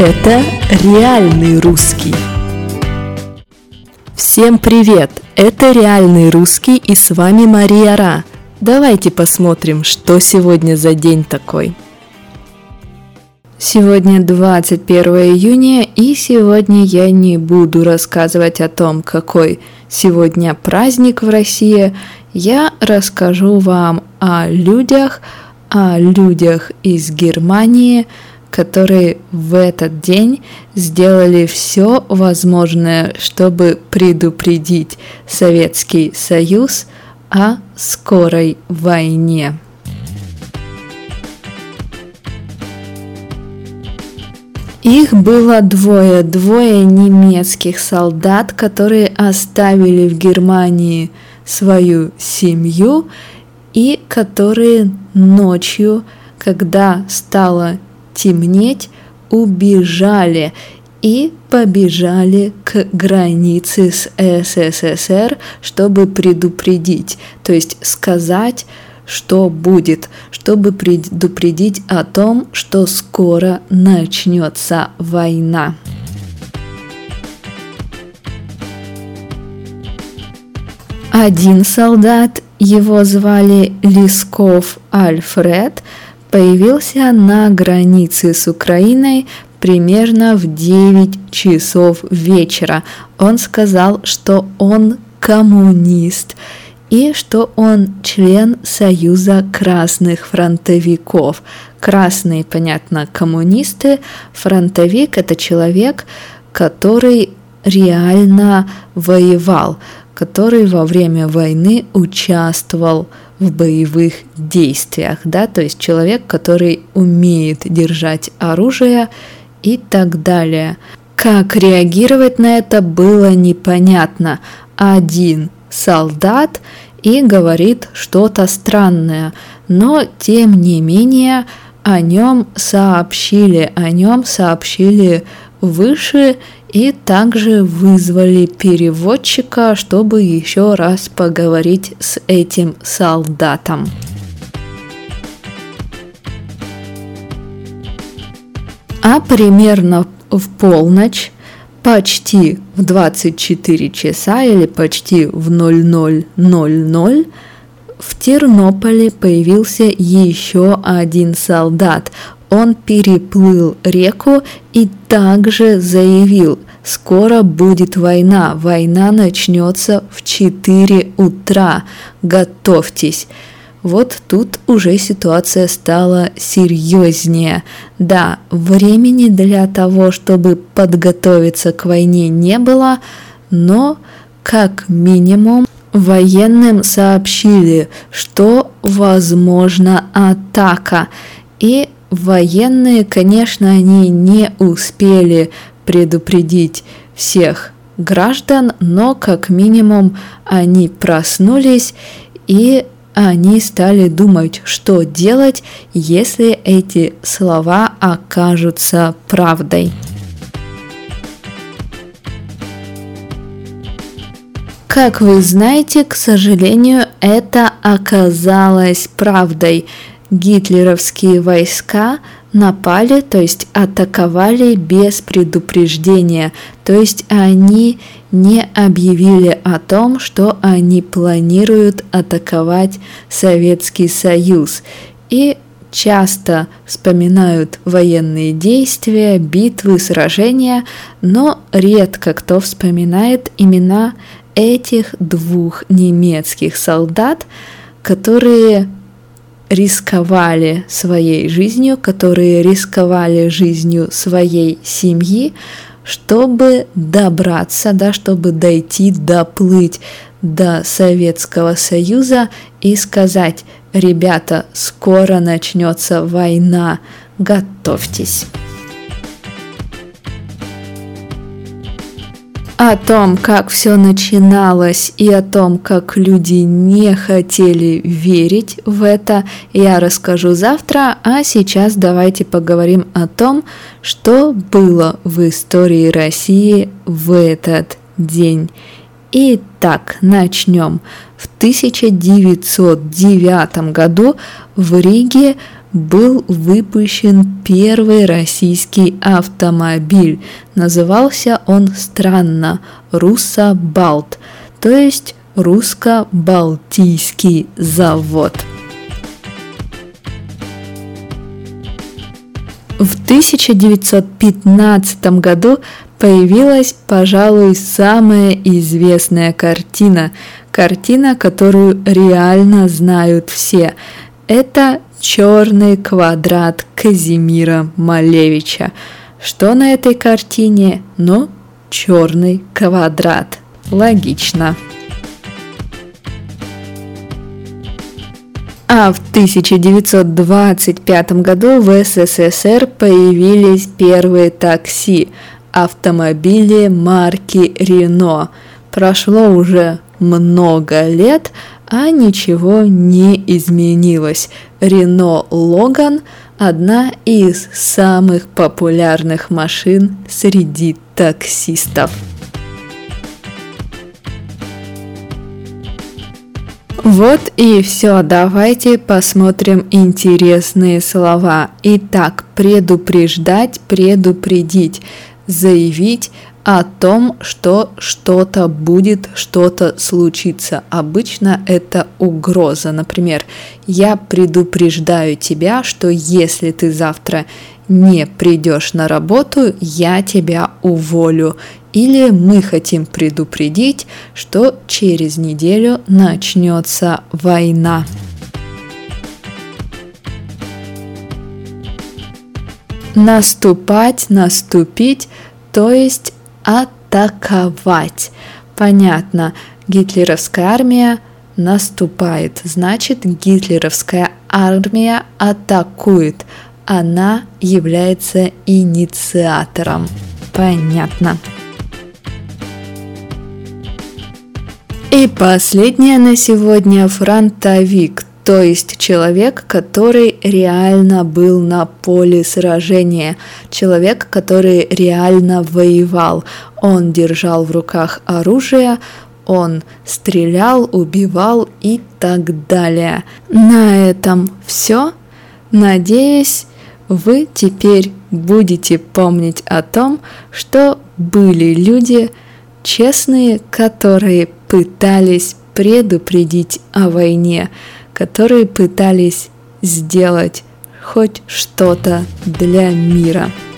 Это реальный русский. Всем привет! Это реальный русский, и с вами Мария Ра. Давайте посмотрим, что сегодня за день такой. Сегодня 21 июня, и сегодня я не буду рассказывать о том, какой сегодня праздник в России. Я расскажу вам о людях из Германии, которые в этот день сделали все возможное, чтобы предупредить Советский Союз о скорой войне. Их было двое немецких солдат, которые оставили в Германии свою семью и которые ночью, когда стало темнеть, убежали и побежали к границе с СССР, чтобы предупредить, то есть сказать, что будет, чтобы предупредить о том, что скоро начнется война. Один солдат, его звали Лесков Альфред, появился на границе с Украиной примерно в 9 часов вечера. Он сказал, что он коммунист и что он член Союза красных фронтовиков. Красные, понятно, коммунисты. Фронтовик – это человек, который реально воевал, который во время войны участвовал в боевых действиях, да, то есть человек, который умеет держать оружие и так далее. Как реагировать на это было непонятно. Один солдат и говорит что-то странное, но тем не менее о нем сообщили выше и также вызвали переводчика, чтобы еще раз поговорить с этим солдатом. А примерно в полночь, почти в 24 часа или почти в 00:00 в Тернополе появился еще один солдат. Он переплыл реку и также заявил: скоро будет война, война начнется в 4 утра, готовьтесь. Вот тут уже ситуация стала серьезнее. Да, времени для того, чтобы подготовиться к войне, не было, но как минимум военным сообщили, что возможна атака. И военные, конечно, они не успели предупредить всех граждан, но как минимум они проснулись и они стали думать, что делать, если эти слова окажутся правдой. Как вы знаете, к сожалению, это оказалось правдой. Гитлеровские войска напали, то есть атаковали без предупреждения, то есть они не объявили о том, что они планируют атаковать Советский Союз. И часто вспоминают военные действия, битвы, сражения, но редко кто вспоминает имена этих двух немецких солдат, которые рисковали своей жизнью, которые рисковали жизнью своей семьи, чтобы добраться, да, чтобы доплыть до Советского Союза и сказать: ребята, скоро начнется война, готовьтесь. О том, как все начиналось, и о том, как люди не хотели верить в это, я расскажу завтра, а сейчас давайте поговорим о том, что было в истории России в этот день. Итак, начнем. В 1909 году в Риге был выпущен первый российский автомобиль. Назывался он странно «Руссо-Балт», то есть русско-балтийский завод. В 1915 году появилась, пожалуй, самая известная картина, которую реально знают все. Это «Черный квадрат» Казимира Малевича. Что на этой картине? Ну, черный квадрат. Логично. А в 1925 году в СССР появились первые такси, автомобили марки Рено. Прошло уже много лет, а ничего не изменилось. Рено Логан – одна из самых популярных машин среди таксистов. Вот и все, давайте посмотрим интересные слова. Итак, предупреждать, предупредить, заявить о том, что что-то будет, что-то случится. Обычно это угроза. Например, я предупреждаю тебя, что если ты завтра не придешь на работу, я тебя уволю. Или мы хотим предупредить, что через неделю начнется война. Наступать, наступить, то есть атаковать. Понятно, гитлеровская армия наступает, значит, гитлеровская армия атакует. Она является инициатором. Понятно. И последнее на сегодня – фронтовик, то есть человек, который реально был на поле сражения, человек, который реально воевал. Он держал в руках оружие, он стрелял, убивал и так далее. На этом все. Надеюсь, вы теперь будете помнить о том, что были люди честные, которые пытались предупредить о войне, которые пытались сделать хоть что-то для мира.